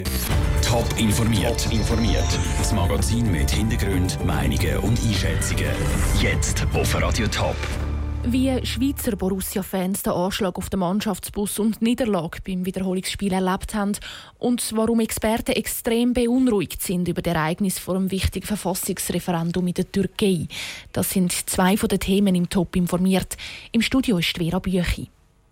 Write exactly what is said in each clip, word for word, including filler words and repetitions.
Top informiert. Top informiert. Das Magazin mit Hintergrund, Meinungen und Einschätzungen. Jetzt auf Radio Top. Wie Schweizer Borussia-Fans den Anschlag auf den Mannschaftsbus und die Niederlage beim Wiederholungsspiel erlebt haben und warum Experten extrem beunruhigt sind über das Ereignis vor einem wichtigen Verfassungsreferendum in der Türkei. Das sind zwei von den Themen im Top informiert. Im Studio ist Vera Büchi.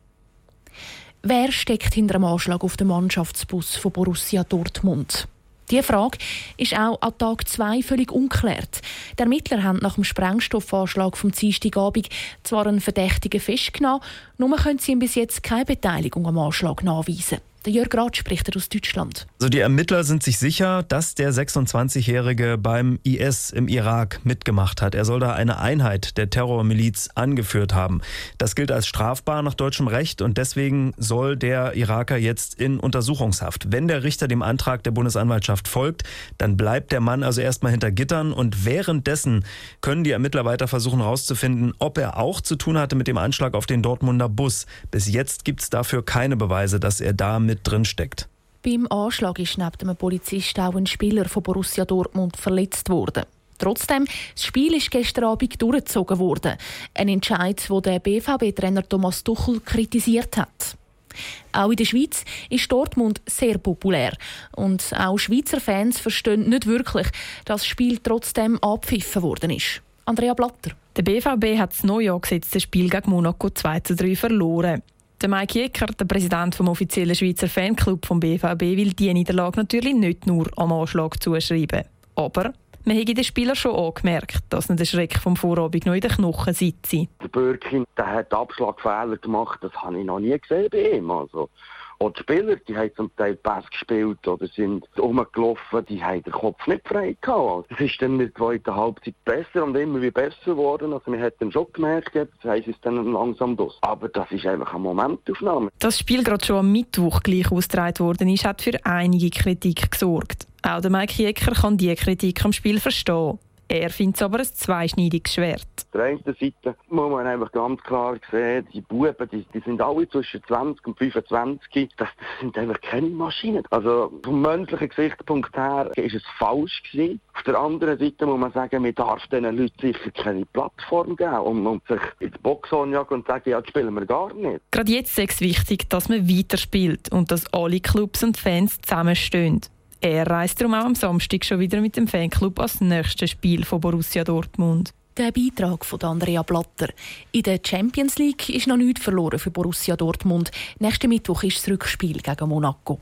Wer steckt hinter dem Anschlag auf den Mannschaftsbus von Borussia Dortmund? Diese Frage ist auch an Tag zwei völlig ungeklärt. Die Ermittler haben nach dem Sprengstoffanschlag vom Dienstagabend zwar einen Verdächtigen festgenommen, nur können sie ihm bis jetzt keine Beteiligung am Anschlag nachweisen. Der Jörg Rath spricht aus Deutschland. Also die Ermittler sind sich sicher, dass der sechsundzwanzigjährige beim I S im Irak mitgemacht hat. Er soll da eine Einheit der Terrormiliz angeführt haben. Das gilt als strafbar nach deutschem Recht und deswegen soll der Iraker jetzt in Untersuchungshaft. Wenn der Richter dem Antrag der Bundesanwaltschaft folgt, dann bleibt der Mann also erstmal hinter Gittern und währenddessen können die Ermittler weiter versuchen herauszufinden, ob er auch zu tun hatte mit dem Anschlag auf den Dortmunder Bus. Bis jetzt gibt es dafür keine Beweise, dass er da mit drin steckt. Beim Anschlag ist neben dem Polizist auch ein Spieler von Borussia Dortmund verletzt worden. Trotzdem, das Spiel ist gestern Abend durchgezogen worden. Ein Entscheid, den der B V B-Trainer Thomas Tuchel kritisiert hat. Auch in der Schweiz ist Dortmund sehr populär. Und auch Schweizer Fans verstehen nicht wirklich, dass das Spiel trotzdem abgepfiffen worden ist. Andrea Blatter. Der B V B hat das neu angesetzte Spiel gegen Monaco zwei zu drei verloren. Der Mike Jecker, der Präsident vom offiziellen Schweizer Fanclub vom B V B, will diese Niederlage natürlich nicht nur am Anschlag zuschreiben. Aber man hat den Spielern schon angemerkt, dass nicht der Schreck vom Vorabend noch in den Knochen sitzt. Der Bürkin, der hat Abschlagfehler gemacht, das habe ich noch nie gesehen bei ihm. Also. Und die Spieler, die haben zum Teil Pass gespielt oder sind rumgelaufen, die haben den Kopf nicht frei gehabt. Es ist dann in der zweiten Halbzeit besser und immer wie besser geworden. Also man hat dann schon gemerkt, jetzt haben sie es dann langsam durch. Aber das ist einfach eine Momentaufnahme. Das Spiel gerade schon am Mittwoch gleich ausgetragen worden ist, hat für einige Kritik gesorgt. Auch der Mike Jecker kann diese Kritik am Spiel verstehen. Er findet es aber ein zweischneidiges Schwert. Auf der einen Seite muss man einfach ganz klar sehen, die Buben, die, die sind alle zwischen zwanzig und fünfundzwanzig. Das, das sind einfach keine Maschinen. Also vom menschlichen Gesichtspunkt her ist es falsch gewesen. Auf der anderen Seite muss man sagen, man darf diesen Leuten sicher keine Plattform geben, um, um sich in die Boxhorn jagen und sagen, ja, das spielen wir gar nicht. Gerade jetzt ist es wichtig, dass man weiterspielt und dass alle Clubs und Fans zusammenstehen. Er reist darum auch am Samstag schon wieder mit dem Fanclub als nächstes Spiel von Borussia Dortmund. Der Beitrag von Andrea Blatter. In der Champions League ist noch nichts verloren für Borussia Dortmund. Nächsten Mittwoch ist das Rückspiel gegen Monaco.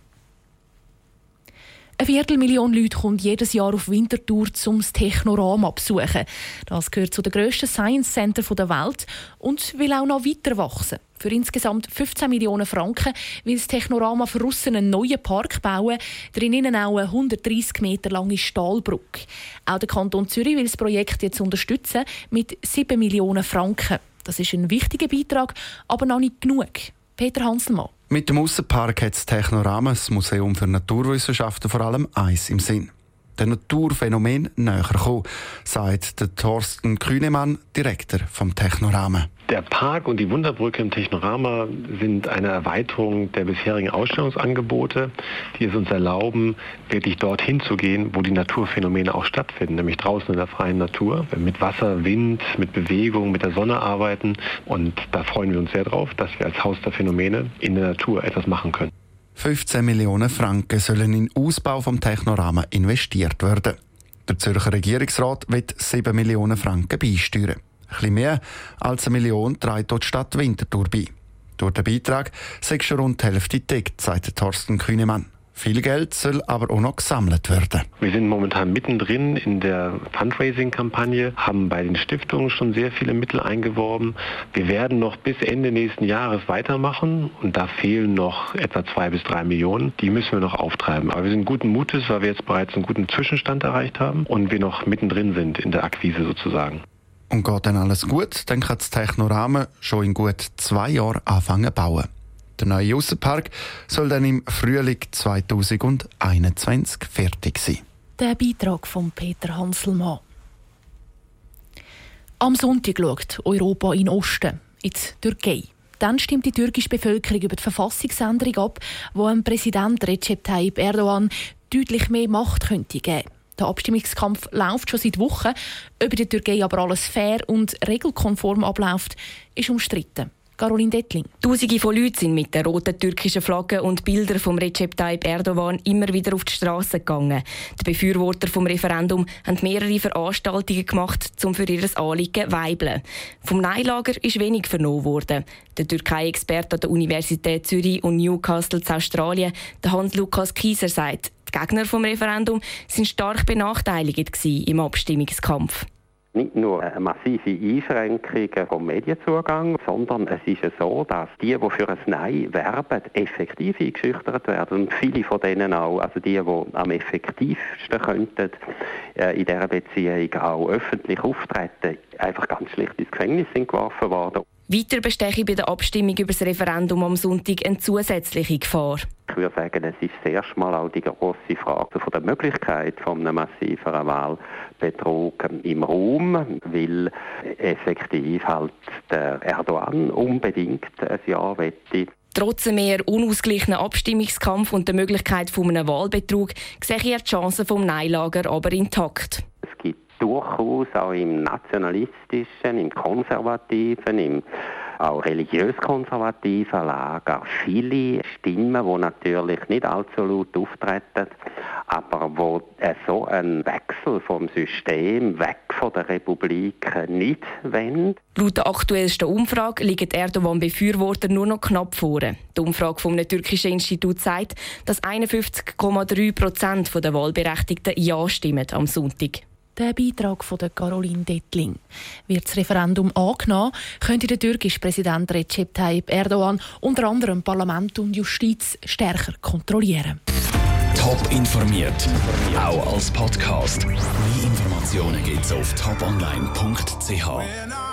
Eine Viertelmillion Leute kommen jedes Jahr auf Winterthur, um das Technorama zu besuchen. Das gehört zu den grössten Science Center der Welt und will auch noch weiter wachsen. Für insgesamt fünfzehn Millionen Franken will das Technorama für Russen einen neuen Park bauen, drinnen auch eine hundertdreissig Meter lange Stahlbrücke. Auch der Kanton Zürich will das Projekt jetzt unterstützen mit sieben Millionen Franken. Das ist ein wichtiger Beitrag, aber noch nicht genug. Peter Hanselmann. Mit dem Aussenpark hat das Technorama, das Museum für Naturwissenschaften, vor allem eins im Sinn: den Naturphänomen näher kommen, sagt der Thorsten Kühnemann, Direktor vom Technorama. Der Park und die Wunderbrücke im Technorama sind eine Erweiterung der bisherigen Ausstellungsangebote, die es uns erlauben, wirklich dorthin zu gehen, wo die Naturphänomene auch stattfinden, nämlich draußen in der freien Natur, mit Wasser, Wind, mit Bewegung, mit der Sonne arbeiten. Und da freuen wir uns sehr drauf, dass wir als Haus der Phänomene in der Natur etwas machen können. fünfzehn Millionen Franken sollen in den Ausbau vom Technorama investiert werden. Der Zürcher Regierungsrat will sieben Millionen Franken beisteuern. Ein bisschen mehr als eine Million trägt dort die Stadt Winterthur bei. Durch den Beitrag sei schon rund die Hälfte gedeckt, sagt Thorsten Kühnemann. Viel Geld soll aber auch noch gesammelt werden. Wir sind momentan mittendrin in der Fundraising-Kampagne, haben bei den Stiftungen schon sehr viele Mittel eingeworben. Wir werden noch bis Ende nächsten Jahres weitermachen und da fehlen noch etwa zwei bis drei Millionen. Die müssen wir noch auftreiben. Aber wir sind guten Mutes, weil wir jetzt bereits einen guten Zwischenstand erreicht haben und wir noch mittendrin sind in der Akquise sozusagen. Und geht dann alles gut, dann kann das Technorama schon in gut zwei Jahren anfangen zu bauen. Der neue Aussenpark soll dann im Frühling zwanzig einundzwanzig fertig sein. Der Beitrag von Peter Hanselmann. Am Sonntag schaut Europa in den Osten, in die Türkei. dann stimmt die türkische Bevölkerung über die Verfassungsänderung ab, die dem Präsident Recep Tayyip Erdogan deutlich mehr Macht könnte geben. Der Abstimmungskampf läuft schon seit Wochen. Ob in der Türkei aber alles fair und regelkonform abläuft, ist umstritten. Caroline Dettling. Tausende von Leuten sind mit der roten türkischen Flagge und Bildern von Recep Tayyip Erdogan immer wieder auf die Straße gegangen. Die Befürworter vom Referendum haben mehrere Veranstaltungen gemacht, um für ihr Anliegen zu weibeln. Vom Nein-Lager ist wenig vernommen worden. Der Türkei-Experte an der Universität Zürich und Newcastle in Australien, der Hans-Lukas Kieser, sagt, die Gegner vom Referendum waren stark benachteiligt im Abstimmungskampf. Nicht nur eine massive Einschränkung vom Medienzugang, sondern es ist so, dass die, die für ein Nein werben, effektiv eingeschüchtert werden. Und viele von denen auch, also die, die am effektivsten könnten, in dieser Beziehung auch öffentlich auftreten, einfach ganz schlicht ins Gefängnis sind geworfen worden. Weiter bestehe bei der Abstimmung über das Referendum am Sonntag eine zusätzliche Gefahr. Ich würde sagen, es ist das erste Mal auch die grosse Frage von der Möglichkeit von einem massiveren Wahlbetrug im Raum, weil effektiv halt der Erdogan unbedingt ein Ja wette. Trotz einem eher unausgeglichenen Abstimmungskampf und der Möglichkeit von einem Wahlbetrug sehe ich die Chancen vom Nein-Lager aber intakt. Es gibt durchaus auch im nationalistischen, im konservativen, im auch religiös-konservativen Lager viele Stimmen, die natürlich nicht allzu laut auftreten, aber wo so ein Wechsel vom System weg von der Republik nicht wollen. Laut der aktuellsten Umfrage liegen Erdogan-Befürworter nur noch knapp vor. Die Umfrage vom türkischen Institut sagt, dass einundfünfzig Komma drei Prozent der Wahlberechtigten Ja stimmen am Sonntag. Der Beitrag von der Caroline Dettling. Wird das Referendum angenommen, könnte der türkische Präsident Recep Tayyip Erdogan unter anderem Parlament und Justiz stärker kontrollieren. Top informiert, auch als Podcast. Mehr Informationen gibt's auf top online punkt c h.